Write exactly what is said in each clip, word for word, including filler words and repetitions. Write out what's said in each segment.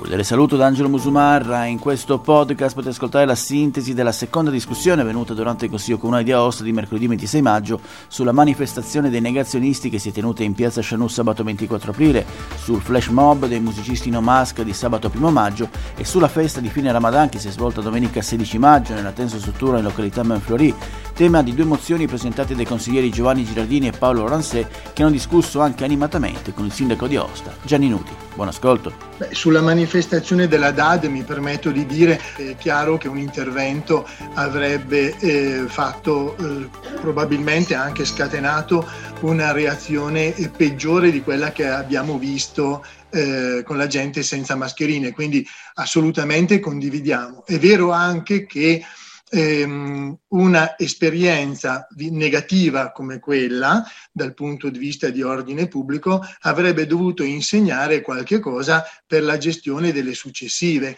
Cordiale saluto da Angelo Musumarra. In questo podcast potete ascoltare la sintesi della seconda discussione avvenuta durante il Consiglio Comunale di Aosta di mercoledì ventisei maggio sulla manifestazione dei negazionisti che si è tenuta in piazza Chanù sabato ventiquattro aprile, sul flash mob dei musicisti No Mask di sabato primo maggio e sulla festa di fine Ramadan che si è svolta domenica sedici maggio nella tensa struttura in località Manfleury, tema di due mozioni presentate dai consiglieri Giovanni Girardini e Paolo Ransè, che hanno discusso anche animatamente con il sindaco di Aosta, Gianni Nuti. Buon ascolto. Beh, sulla manifestazione della D A D mi permetto di dire che è chiaro che un intervento avrebbe eh, fatto eh, probabilmente anche scatenato una reazione peggiore di quella che abbiamo visto eh, con la gente senza mascherine, quindi assolutamente condividiamo. È vero anche che una esperienza negativa come quella dal punto di vista di ordine pubblico avrebbe dovuto insegnare qualche cosa per la gestione delle successive,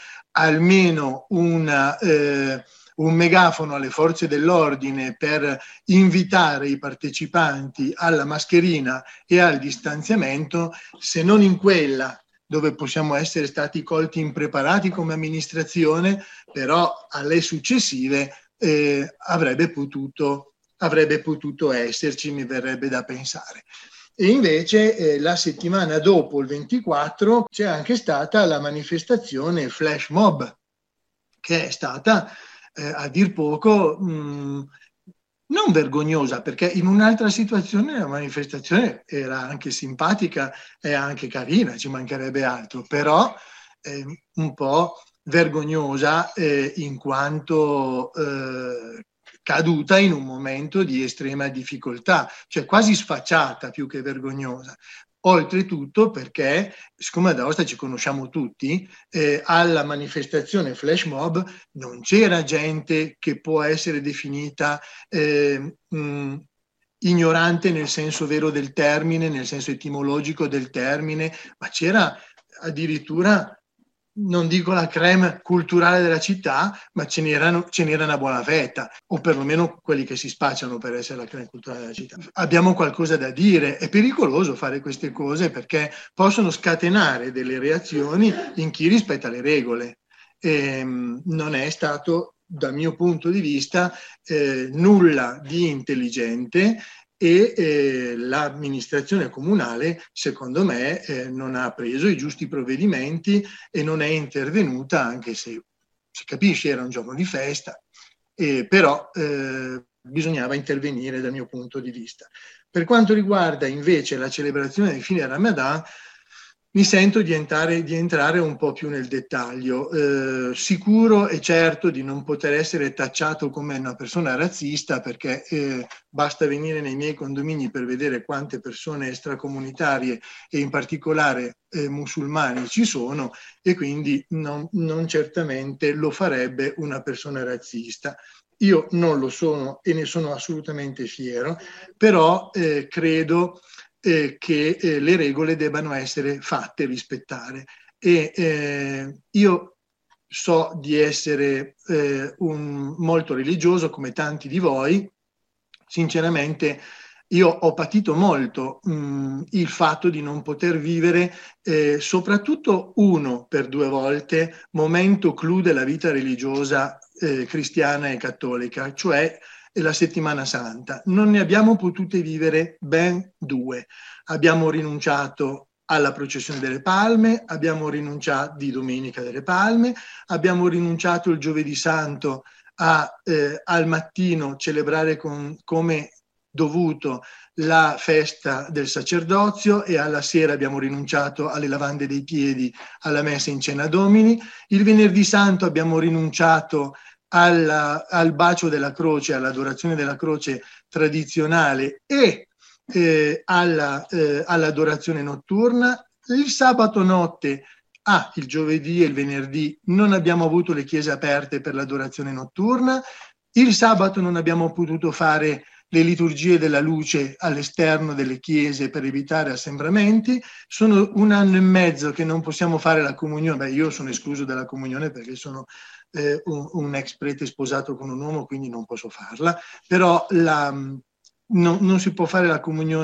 almeno una, eh, un megafono alle forze dell'ordine per invitare i partecipanti alla mascherina e al distanziamento, se non in quella dove possiamo essere stati colti impreparati come amministrazione, però alle successive eh, avrebbe potuto, avrebbe potuto esserci, mi verrebbe da pensare. E invece eh, la settimana dopo, il ventiquattro, c'è anche stata la manifestazione flash mob, che è stata eh, a dir poco mh, non vergognosa, perché in un'altra situazione la manifestazione era anche simpatica e anche carina, ci mancherebbe altro, però eh, un po' vergognosa eh, in quanto eh, caduta in un momento di estrema difficoltà, cioè quasi sfacciata più che vergognosa. Oltretutto perché, siccome ad Aosta ci conosciamo tutti, eh, alla manifestazione flash mob non c'era gente che può essere definita eh, mh, ignorante nel senso vero del termine, nel senso etimologico del termine, ma c'era addirittura, non dico la crème culturale della città, ma ce n'era, ce n'era una buona fetta, o perlomeno quelli che si spacciano per essere la crème culturale della città. Abbiamo qualcosa da dire, è pericoloso fare queste cose perché possono scatenare delle reazioni in chi rispetta le regole. E, non è stato, dal mio punto di vista, eh, nulla di intelligente e eh, l'amministrazione comunale, secondo me, eh, non ha preso i giusti provvedimenti e non è intervenuta, anche se si capisce era un giorno di festa, eh, però eh, bisognava intervenire dal mio punto di vista. Per quanto riguarda invece la celebrazione di fine Ramadan, mi sento di entrare, di entrare un po' più nel dettaglio. Eh, sicuro e certo di non poter essere tacciato come una persona razzista, perché eh, basta venire nei miei condomini per vedere quante persone extracomunitarie e in particolare eh, musulmani ci sono, e quindi non, non certamente lo farebbe una persona razzista. Io non lo sono e ne sono assolutamente fiero, però eh, credo Eh, che eh, le regole debbano essere fatte rispettare. E eh, io so di essere eh, un, molto religioso come tanti di voi. Sinceramente io ho patito molto mh, il fatto di non poter vivere eh, soprattutto uno per due volte momento clou della vita religiosa eh, cristiana e cattolica, cioè la settimana santa. Non ne abbiamo potute vivere ben due. Abbiamo rinunciato alla processione delle palme, abbiamo rinunciato di Domenica delle Palme, abbiamo rinunciato il giovedì santo a, eh, al mattino celebrare con, come dovuto la festa del sacerdozio, e alla sera abbiamo rinunciato alle lavande dei piedi, alla messa in cena domini. Il venerdì santo abbiamo rinunciato Alla, al bacio della croce, all'adorazione della croce tradizionale e eh, alla, eh, all'adorazione notturna. Il sabato notte, ah, il giovedì e il venerdì non abbiamo avuto le chiese aperte per l'adorazione notturna. Il sabato non abbiamo potuto fare le liturgie della luce all'esterno delle chiese per evitare assembramenti. Sono un anno e mezzo che non possiamo fare la comunione. Beh, io sono escluso dalla comunione perché sono eh, un, un ex prete sposato con un uomo, quindi non posso farla, però la, no, non si può fare la comunione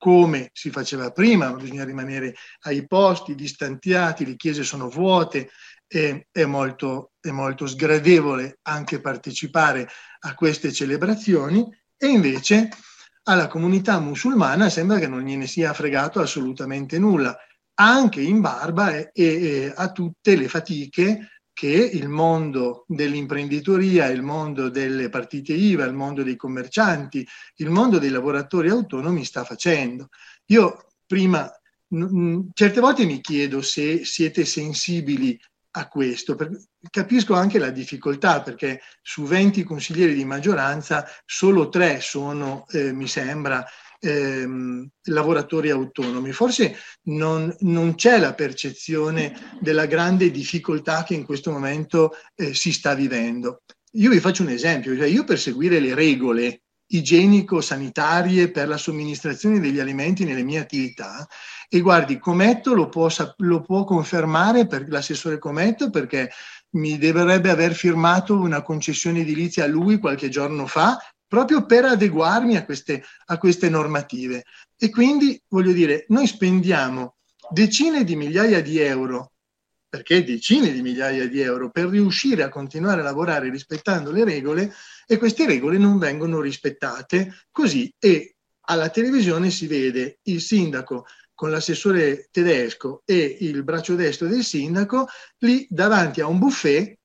come si faceva prima, ma bisogna rimanere ai posti distanziati, le chiese sono vuote, e è molto, è molto sgradevole anche partecipare a queste celebrazioni, e invece alla comunità musulmana sembra che non gliene sia fregato assolutamente nulla, anche in barba e, e a tutte le fatiche che il mondo dell'imprenditoria, il mondo delle partite I V A, il mondo dei commercianti, il mondo dei lavoratori autonomi sta facendo. Io prima, mh, certe volte mi chiedo se siete sensibili a questo, perché capisco anche la difficoltà, perché su venti consiglieri di maggioranza solo tre sono, eh, mi sembra, ehm, lavoratori autonomi. Forse non, non c'è la percezione della grande difficoltà che in questo momento eh, si sta vivendo. Io vi faccio un esempio, cioè io per seguire le regole igienico-sanitarie per la somministrazione degli alimenti nelle mie attività, e guardi, Cometto lo può, lo può confermare, per l'assessore Cometto, perché mi dovrebbe aver firmato una concessione edilizia a lui qualche giorno fa, proprio per adeguarmi a queste, a queste normative. E quindi, voglio dire, noi spendiamo decine di migliaia di euro, perché decine di migliaia di euro, per riuscire a continuare a lavorare rispettando le regole, e queste regole non vengono rispettate così, e alla televisione si vede il sindaco con l'assessore Tedesco e il braccio destro del sindaco lì davanti a un buffet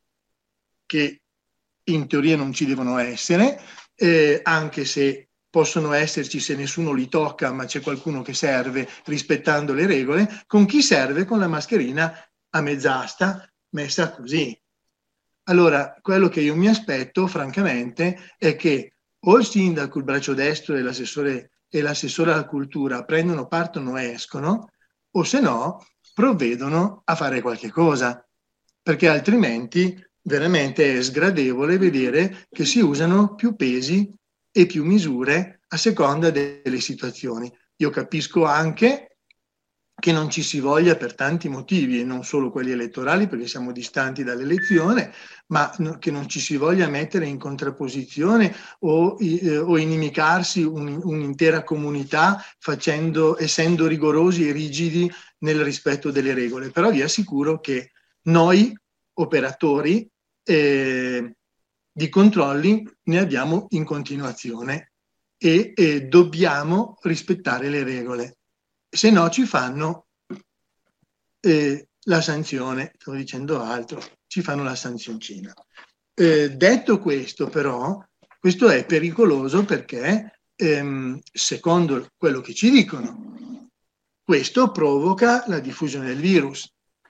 che in teoria non ci devono essere, eh, anche se possono esserci se nessuno li tocca, ma c'è qualcuno che serve rispettando le regole, con chi serve con la mascherina a mezz'asta messa così. Allora, quello che io mi aspetto, francamente, è che o il sindaco, il braccio destro e l'assessore e l'assessore alla cultura prendono, partono e escono, o se no provvedono a fare qualche cosa, perché altrimenti veramente è sgradevole vedere che si usano più pesi e più misure a seconda delle situazioni. Io capisco anche che non ci si voglia, per tanti motivi, e non solo quelli elettorali, perché siamo distanti dall'elezione, ma che non ci si voglia mettere in contrapposizione o, eh, o inimicarsi un, un'intera comunità facendo, essendo rigorosi e rigidi nel rispetto delle regole. Però vi assicuro che noi, operatori eh, di controlli, ne abbiamo in continuazione e, e dobbiamo rispettare le regole. Se no ci fanno eh, la sanzione, stavo dicendo altro, ci fanno la sanzioncina. Eh, detto questo però, questo è pericoloso perché, ehm, secondo quello che ci dicono, questo provoca la diffusione del virus.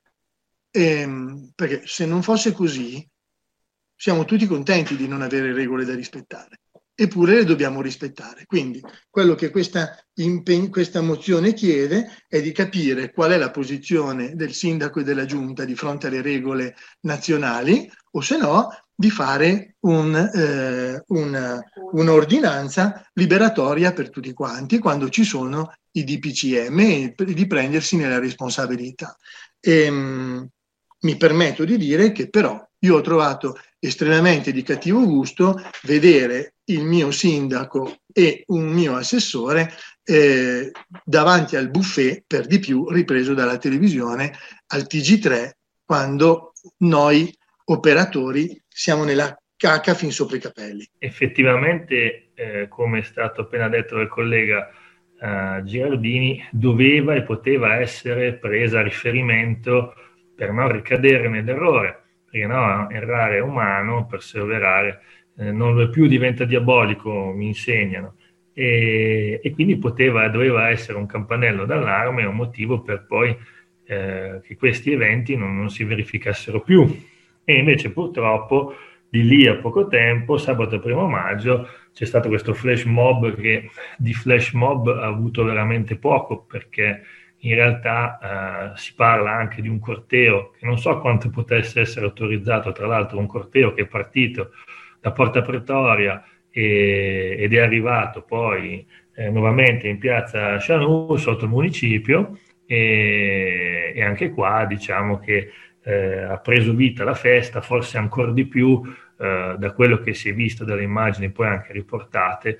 Ehm, perché se non fosse così, siamo tutti contenti di non avere regole da rispettare. Eppure le dobbiamo rispettare. Quindi quello che questa, impeg- questa mozione chiede è di capire qual è la posizione del sindaco e della giunta di fronte alle regole nazionali, o se no di fare un, eh, una, un'ordinanza liberatoria per tutti quanti quando ci sono i D P C M e di prendersene la responsabilità. E, mh, mi permetto di dire che però io ho trovato estremamente di cattivo gusto vedere il mio sindaco e un mio assessore eh, davanti al buffet, per di più ripreso dalla televisione, al T G tre, quando noi operatori siamo nella cacca fin sopra i capelli. Effettivamente, eh, come è stato appena detto dal collega eh, Giraldini, doveva e poteva essere presa a riferimento per non ricadere nell'errore, perché no, errare è umano, perseverare eh, non lo è più, diventa diabolico, mi insegnano, e, e quindi poteva, doveva essere un campanello d'allarme, un motivo per poi eh, che questi eventi non, non si verificassero più. E invece purtroppo di lì a poco tempo, sabato primo maggio, c'è stato questo flash mob che di flash mob ha avuto veramente poco, perché in realtà eh, si parla anche di un corteo che non so quanto potesse essere autorizzato, tra l'altro un corteo che è partito da Porta Pretoria e, ed è arrivato poi eh, nuovamente in piazza Chanù sotto il municipio, e, e anche qua diciamo che eh, ha preso vita la festa, forse ancora di più eh, da quello che si è visto dalle immagini poi anche riportate,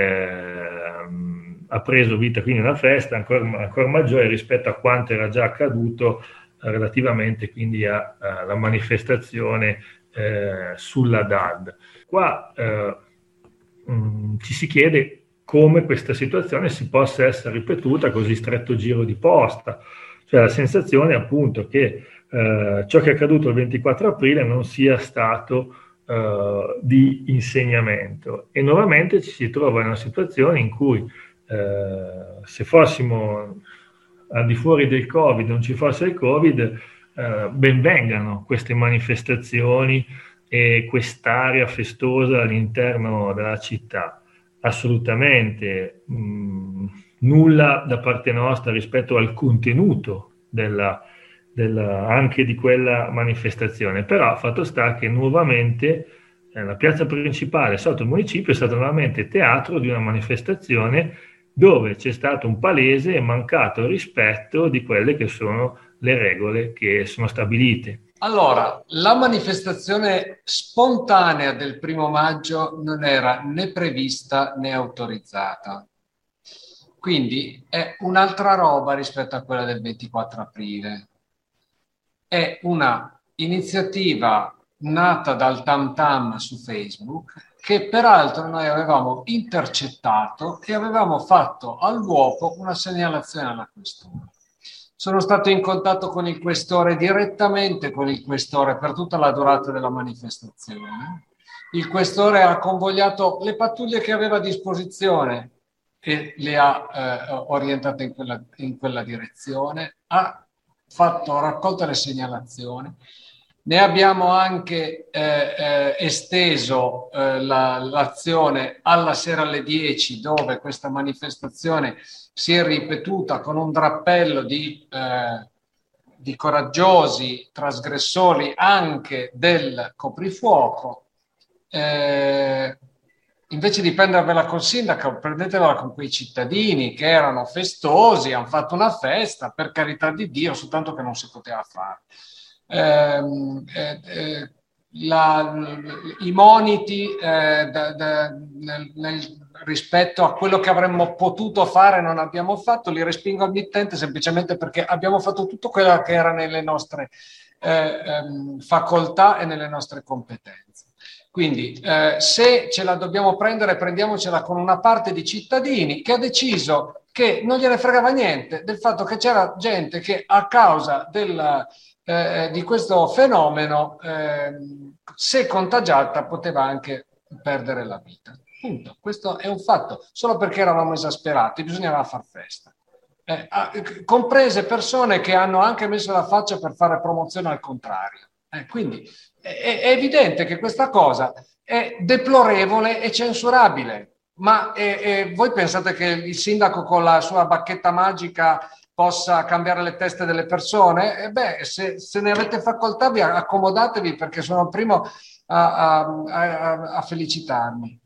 eh, ha preso vita quindi una festa ancora, ancora maggiore rispetto a quanto era già accaduto eh, relativamente quindi alla manifestazione eh, sulla D A D. Qua eh, mh, ci si chiede come questa situazione si possa essere ripetuta a così stretto giro di posta, cioè la sensazione appunto che eh, ciò che è accaduto il ventiquattro aprile non sia stato eh, di insegnamento, e nuovamente ci si trova in una situazione in cui eh, se fossimo al di fuori del Covid, non ci fosse il Covid, eh, ben vengano queste manifestazioni e quest'area festosa all'interno della città. Assolutamente mh, nulla da parte nostra rispetto al contenuto della, della, anche di quella manifestazione, però fatto sta che nuovamente eh, la piazza principale sotto il municipio è stata nuovamente teatro di una manifestazione dove c'è stato un palese e mancato rispetto di quelle che sono le regole che sono stabilite. Allora, la manifestazione spontanea del primo maggio non era né prevista né autorizzata. Quindi è un'altra roba rispetto a quella del ventiquattro aprile. È una iniziativa nata dal Tam Tam su Facebook, che peraltro noi avevamo intercettato e avevamo fatto all'uopo una segnalazione alla questura. Sono stato in contatto con il questore, direttamente con il questore, per tutta la durata della manifestazione. Il questore ha convogliato le pattuglie che aveva a disposizione e le ha eh, orientate in quella, in quella direzione, ha fatto raccolta le segnalazioni. Ne abbiamo anche eh, eh, esteso eh, la, l'azione alla sera alle dieci, dove questa manifestazione si è ripetuta con un drappello di, eh, di coraggiosi trasgressori anche del coprifuoco. Eh, invece di prendervela col sindaco, prendetevela con quei cittadini che erano festosi, hanno fatto una festa, per carità di Dio, soltanto che non si poteva fare. Eh, eh, la, i moniti eh, da, da, nel, nel, rispetto a quello che avremmo potuto fare non abbiamo fatto, li respingo al mittente semplicemente perché abbiamo fatto tutto quello che era nelle nostre eh, ehm, facoltà e nelle nostre competenze. Quindi eh, se ce la dobbiamo prendere, prendiamocela con una parte di cittadini che ha deciso che non gliene fregava niente del fatto che c'era gente che a causa del Eh, di questo fenomeno, eh, se contagiata, poteva anche perdere la vita. Punto. Questo è un fatto. Solo perché eravamo esasperati, bisognava far festa. Eh, comprese persone che hanno anche messo la faccia per fare promozione al contrario. Eh, quindi è, è evidente che questa cosa è deplorevole e censurabile. Ma eh, eh, voi pensate che il sindaco con la sua bacchetta magica possa cambiare le teste delle persone? E beh, se, se ne avete facoltà, vi accomodatevi, perché sono il primo a, a, a, a felicitarmi.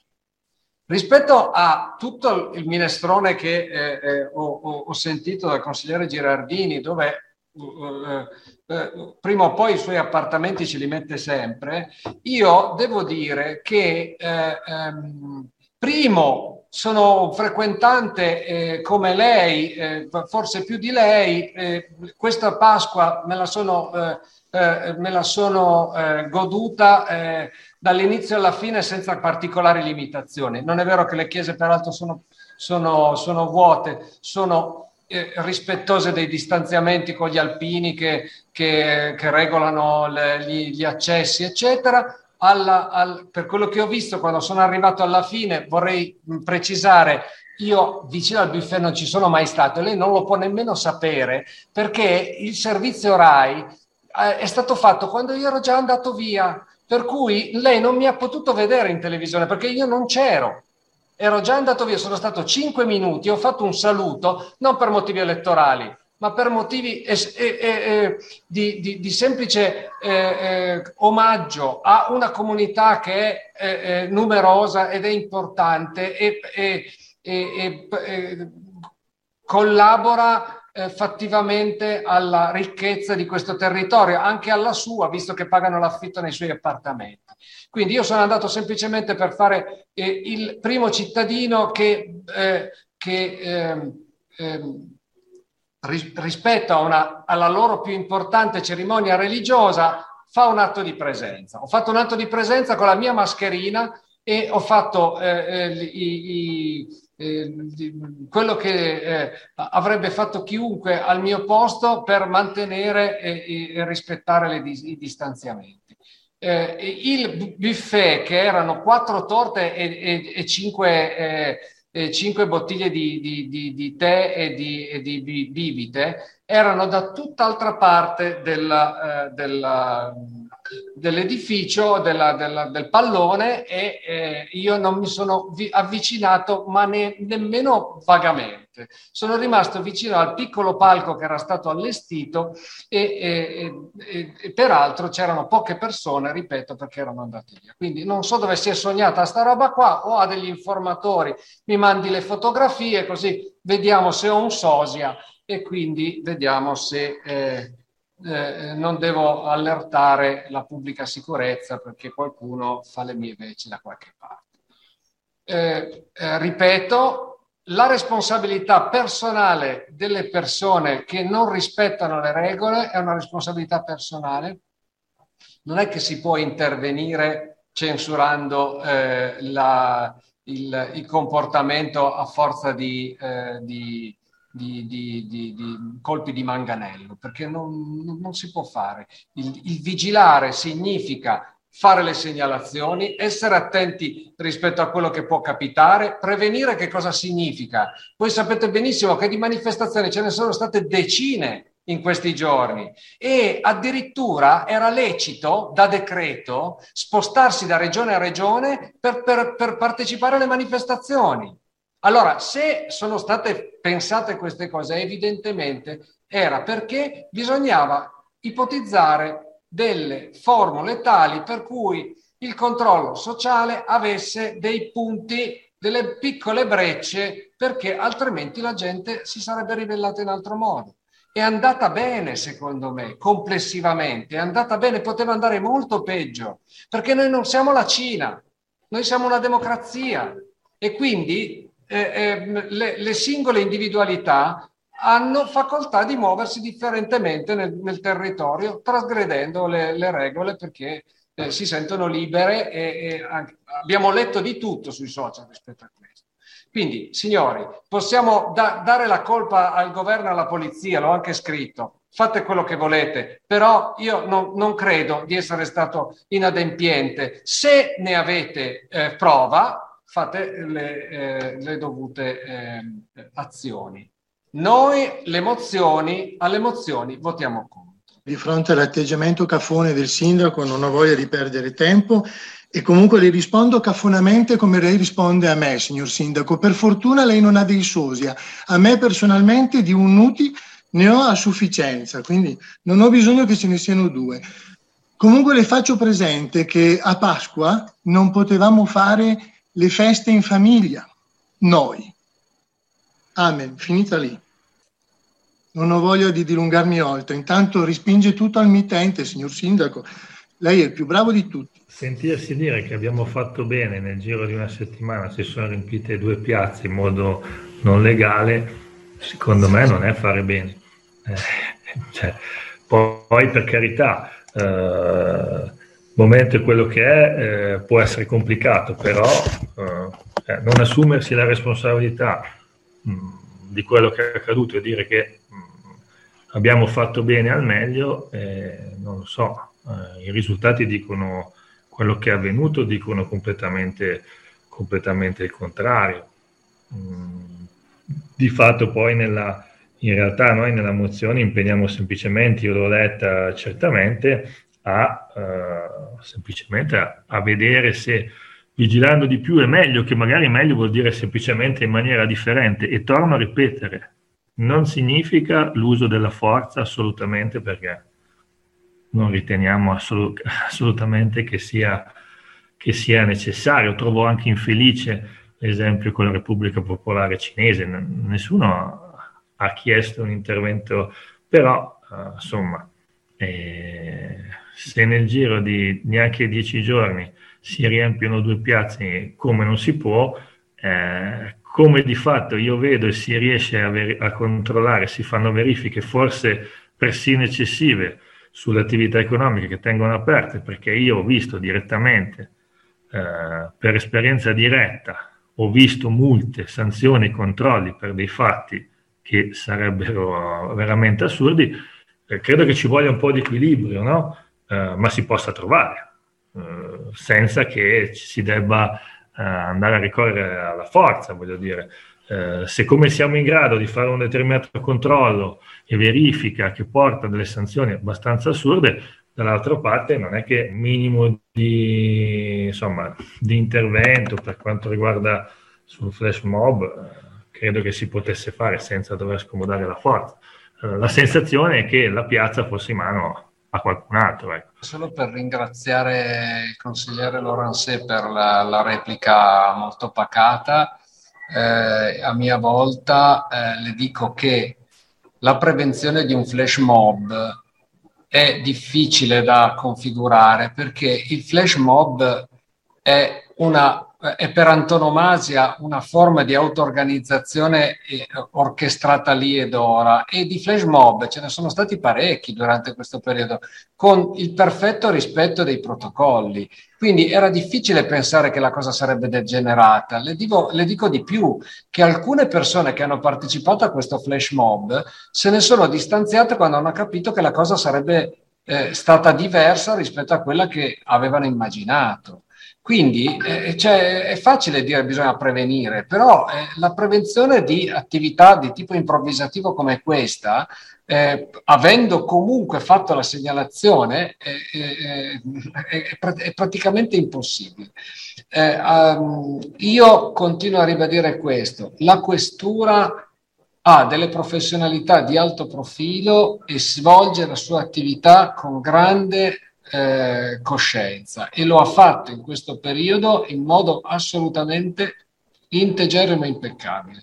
Rispetto a tutto il minestrone che eh, eh, ho, ho sentito dal consigliere Girardini, dove eh, eh, prima o poi i suoi appartamenti ce li mette sempre, io devo dire che eh, ehm, primo, sono un frequentante eh, come lei, eh, forse più di lei, eh, questa Pasqua me la sono, eh, eh, me la sono eh, goduta eh, dall'inizio alla fine senza particolari limitazioni. Non è vero che le chiese peraltro sono, sono, sono vuote, sono eh, rispettose dei distanziamenti con gli alpini che, che, che regolano le, gli, gli accessi, eccetera. Alla, al, per quello che ho visto quando sono arrivato alla fine, vorrei precisare, io vicino al buffet non ci sono mai stato e lei non lo può nemmeno sapere, perché il servizio Rai eh, è stato fatto quando io ero già andato via, per cui lei non mi ha potuto vedere in televisione perché io non c'ero, ero già andato via, sono stato cinque minuti, ho fatto un saluto non per motivi elettorali ma per motivi eh, eh, eh, di, di, di semplice eh, eh, omaggio a una comunità che è eh, eh, numerosa ed è importante e, e, e, e collabora eh, fattivamente alla ricchezza di questo territorio, anche alla sua, visto che pagano l'affitto nei suoi appartamenti. Quindi io sono andato semplicemente per fare eh, il primo cittadino che, eh, che eh, eh, ris- rispetto a una, alla loro più importante cerimonia religiosa fa un atto di presenza. Ho fatto un atto di presenza con la mia mascherina e ho fatto eh, eh, i, i, eh, quello che eh, avrebbe fatto chiunque al mio posto per mantenere e, e rispettare le, i distanziamenti. Eh, il buffet, che erano quattro torte e, e, e cinque, eh, e cinque bottiglie di, di, di, di tè e di, e di bibite, erano da tutt'altra parte della, eh, della, dell'edificio, della, della, del pallone, e eh, io non mi sono vi- avvicinato, ma ne, nemmeno vagamente. Sono rimasto vicino al piccolo palco che era stato allestito e, e, e, e peraltro c'erano poche persone, ripeto, perché erano andate via. Quindi non so dove si è sognata sta roba qua, o ha degli informatori, mi mandi le fotografie così vediamo se ho un sosia e quindi vediamo se eh, eh, non devo allertare la pubblica sicurezza perché qualcuno fa le mie veci da qualche parte. Eh, eh, ripeto, la responsabilità personale delle persone che non rispettano le regole è una responsabilità personale. Non è che si può intervenire censurando eh, la, il, il comportamento a forza di, eh, di, di, di, di, di colpi di manganello, perché non, non si può fare. Il, il vigilare significa fare le segnalazioni, essere attenti rispetto a quello che può capitare, prevenire. Che cosa significa? Voi sapete benissimo che di manifestazioni ce ne sono state decine in questi giorni e addirittura era lecito da decreto spostarsi da regione a regione per, per, per partecipare alle manifestazioni. Allora, se sono state pensate queste cose, evidentemente era perché bisognava ipotizzare delle formule tali per cui il controllo sociale avesse dei punti, delle piccole brecce, perché altrimenti la gente si sarebbe ribellata in altro modo. È andata bene, secondo me, complessivamente, è andata bene, poteva andare molto peggio, perché noi non siamo la Cina, noi siamo una democrazia e quindi eh, eh, le, le singole individualità hanno facoltà di muoversi differentemente nel, nel territorio, trasgredendo le, le regole perché eh, si sentono libere e, e anche, abbiamo letto di tutto sui social rispetto a questo. Quindi, signori, possiamo da, dare la colpa al governo e alla polizia, l'ho anche scritto, fate quello che volete, però io non, non credo di essere stato inadempiente. Se ne avete eh, prova, fate le, eh, le dovute eh, azioni. Noi le mozioni, alle mozioni votiamo contro. Di fronte all'atteggiamento cafone del sindaco non ho voglia di perdere tempo e comunque le rispondo cafonamente come lei risponde a me, signor sindaco. Per fortuna lei non ha dei sosia. A me personalmente di un Nuti ne ho a sufficienza, quindi non ho bisogno che ce ne siano due. Comunque le faccio presente che a Pasqua non potevamo fare le feste in famiglia, noi. Amen, finita lì. Non ho voglia di dilungarmi oltre. Intanto rispinge tutto al mittente, signor sindaco. Lei è il più bravo di tutti. Sentirsi dire che abbiamo fatto bene nel giro di una settimana, si sono riempite due piazze in modo non legale, secondo me non è fare bene. Eh, cioè, poi per carità, eh, il momento è quello che è, eh, può essere complicato, però eh, non assumersi la responsabilità mh, di quello che è accaduto e dire che mh, abbiamo fatto bene al meglio, eh, non lo so, eh, i risultati dicono quello che è avvenuto, dicono completamente, completamente il contrario. Mm, di fatto poi nella, in realtà noi nella mozione impegniamo semplicemente, io l'ho letta certamente, a, uh, semplicemente a, a vedere se vigilando di più è meglio, che magari meglio vuol dire semplicemente in maniera differente, e torno a ripetere, non significa l'uso della forza assolutamente, perché non riteniamo assolut- assolutamente che sia, che sia necessario. Trovo anche infelice l'esempio con la Repubblica Popolare Cinese, N- nessuno ha chiesto un intervento, però uh, insomma eh, se nel giro di neanche dieci giorni si riempiono due piazze come non si può, eh, come di fatto io vedo e si riesce a, ver- a controllare, si fanno verifiche forse persino eccessive sulle attività economiche che tengono aperte, perché io ho visto direttamente, eh, per esperienza diretta, ho visto multe, sanzioni, controlli per dei fatti che sarebbero veramente assurdi. Eh, credo che ci voglia un po' di equilibrio, no? Eh, ma si possa trovare, eh, senza che ci si debba eh, andare a ricorrere alla forza, voglio dire. Eh, se come siamo in grado di fare un determinato controllo e verifica che porta delle sanzioni abbastanza assurde, dall'altra parte non è che minimo di, insomma, di intervento per quanto riguarda sul flash mob eh, credo che si potesse fare senza dover scomodare la forza. Eh, la sensazione è che la piazza fosse in mano a qualcun altro. Ecco. Solo per ringraziare il consigliere Lorenset per la, la replica molto pacata, eh, a mia volta eh, le dico che la prevenzione di un flash mob è difficile da configurare, perché il flash mob è, una, è per antonomasia una forma di auto-organizzazione orchestrata lì ed ora, e di flash mob ce ne sono stati parecchi durante questo periodo, con il perfetto rispetto dei protocolli. Quindi era difficile pensare che la cosa sarebbe degenerata. Le dico, le dico di più, che alcune persone che hanno partecipato a questo flash mob se ne sono distanziate quando hanno capito che la cosa sarebbe eh, stata diversa rispetto a quella che avevano immaginato. Quindi eh, cioè, è facile dire che bisogna prevenire, però eh, la prevenzione di attività di tipo improvvisativo come questa, eh, avendo comunque fatto la segnalazione, eh, eh, è, è, è praticamente impossibile. Eh, um, io continuo a ribadire questo: la questura ha delle professionalità di alto profilo e svolge la sua attività con grande Eh, coscienza, e lo ha fatto in questo periodo in modo assolutamente integerrimo e impeccabile.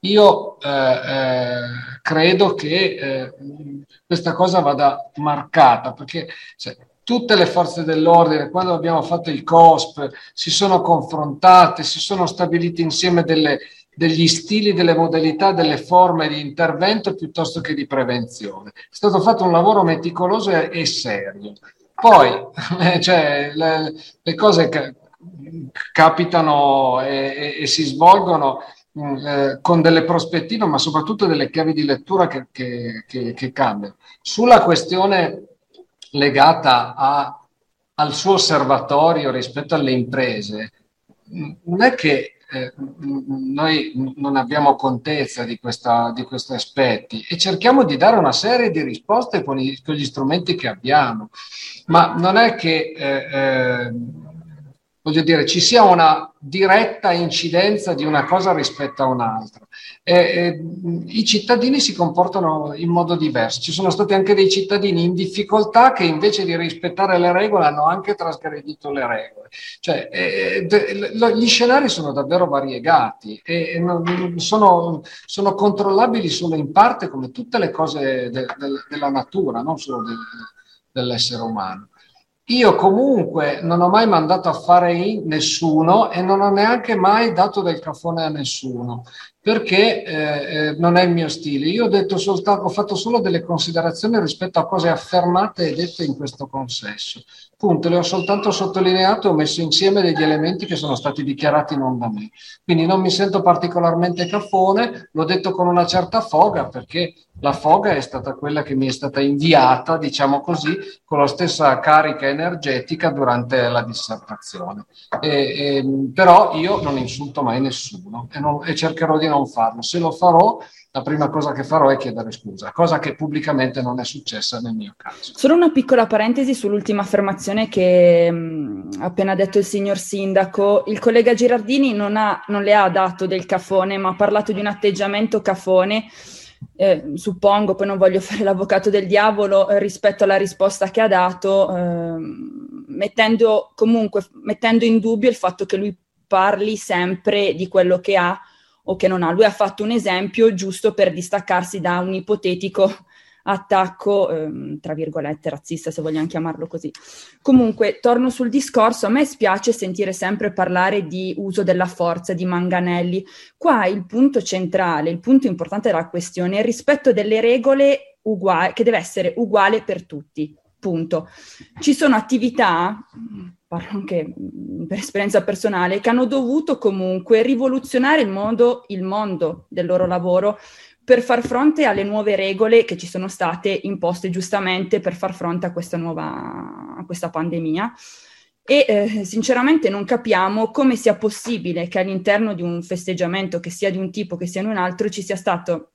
Io eh, eh, credo che eh, questa cosa vada marcata, perché cioè, tutte le forze dell'ordine, quando abbiamo fatto il C O S P, si sono confrontate, si sono stabiliti insieme delle, degli stili, delle modalità, delle forme di intervento piuttosto che di prevenzione. È stato fatto un lavoro meticoloso e, e serio. Poi, eh, cioè, le, le cose ca- capitano e, e, e si svolgono mh, eh, con delle prospettive, ma soprattutto delle chiavi di lettura che, che, che, che cambiano. Sulla questione legata a, al suo osservatorio rispetto alle imprese, mh, non è che Eh, noi non abbiamo contezza di, questa, di questi aspetti e cerchiamo di dare una serie di risposte con, i, con gli strumenti che abbiamo, ma non è che eh, eh, voglio dire ci sia una diretta incidenza di una cosa rispetto a un'altra. Eh, eh, i cittadini si comportano in modo diverso. Ci sono stati anche dei cittadini in difficoltà che invece di rispettare le regole hanno anche trasgredito le regole. Cioè, eh, de, gli scenari sono davvero variegati e, e non, sono, sono controllabili solo in parte, come tutte le cose de, de, della natura, non solo de, dell'essere umano. Io comunque non ho mai mandato a fare in nessuno e non ho neanche mai dato del caffone a nessuno, perché eh, non è il mio stile. Io ho detto soltanto, ho fatto solo delle considerazioni rispetto a cose affermate e dette in questo consesso. Punto, le ho soltanto sottolineato e ho messo insieme degli elementi che sono stati dichiarati non da me. Quindi non mi sento particolarmente caffone, l'ho detto con una certa foga, perché la foga è stata quella che mi è stata inviata, diciamo così, con la stessa carica energetica durante la dissertazione. E, e, però io non insulto mai nessuno e, non, e cercherò di non farlo. Se lo farò, la prima cosa che farò è chiedere scusa, cosa che pubblicamente non è successa nel mio caso. Solo una piccola parentesi sull'ultima affermazione che mh, ha appena detto il signor sindaco. Il collega Girardini non, ha, non le ha dato del cafone, ma ha parlato di un atteggiamento cafone, eh, suppongo, poi non voglio fare l'avvocato del diavolo, eh, rispetto alla risposta che ha dato, eh, mettendo comunque mettendo in dubbio il fatto che lui parli sempre di quello che ha o che non ha. Lui ha fatto un esempio giusto per distaccarsi da un ipotetico attacco, ehm, tra virgolette, razzista, se vogliamo chiamarlo così. Comunque, torno sul discorso, a me spiace sentire sempre parlare di uso della forza, di manganelli. Qua il punto centrale, il punto importante della questione è il rispetto delle regole uguali, che deve essere uguale per tutti, punto. Ci sono attività, parlo anche per esperienza personale, che hanno dovuto comunque rivoluzionare il mondo, il mondo del loro lavoro per far fronte alle nuove regole che ci sono state imposte giustamente per far fronte a questa nuova, a questa pandemia. E eh, sinceramente non capiamo come sia possibile che all'interno di un festeggiamento, che sia di un tipo che sia di un altro, ci sia stato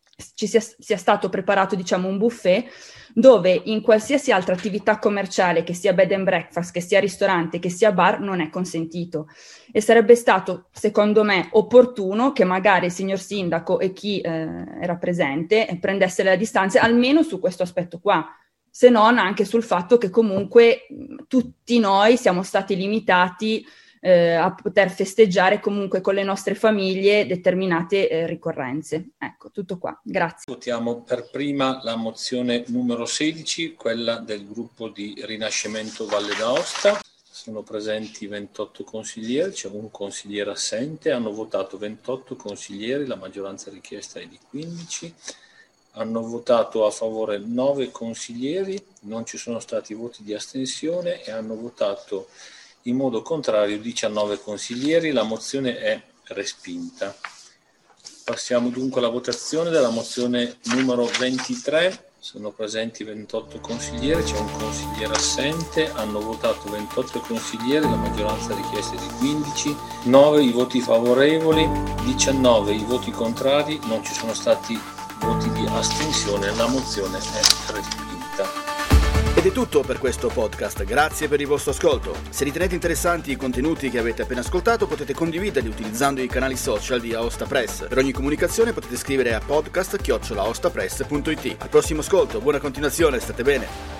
ci sia, sia stato preparato, diciamo, un buffet dove in qualsiasi altra attività commerciale, che sia bed and breakfast, che sia ristorante, che sia bar, non è consentito. E sarebbe stato, secondo me, opportuno che magari il signor sindaco e chi eh, era presente prendesse le distanze almeno su questo aspetto qua, se non anche sul fatto che comunque tutti noi siamo stati limitati Eh, a poter festeggiare comunque con le nostre famiglie determinate eh, ricorrenze. Ecco, tutto qua. Grazie. Votiamo per prima la mozione numero sedici, quella del gruppo di Rinascimento Valle d'Aosta. Sono presenti ventotto consiglieri, c'è un consigliere assente, hanno votato ventotto consiglieri, la maggioranza richiesta è di quindici. Hanno votato a favore nove consiglieri, non ci sono stati voti di astensione e hanno votato in modo contrario diciannove consiglieri. La mozione è respinta. Passiamo dunque alla votazione della mozione numero ventitré. Sono presenti ventotto consiglieri, c'è un consigliere assente, hanno votato ventotto consiglieri, la maggioranza richiesta è di quindici, nove i voti favorevoli, diciannove i voti contrari, non ci sono stati voti di astensione, la mozione è respinta. Ed è tutto per questo podcast, grazie per il vostro ascolto. Se ritenete interessanti i contenuti che avete appena ascoltato, potete condividerli utilizzando i canali social di Aosta Press. Per ogni comunicazione potete scrivere a podcast chiocciola aostapress punto it. Al prossimo ascolto, buona continuazione, state bene.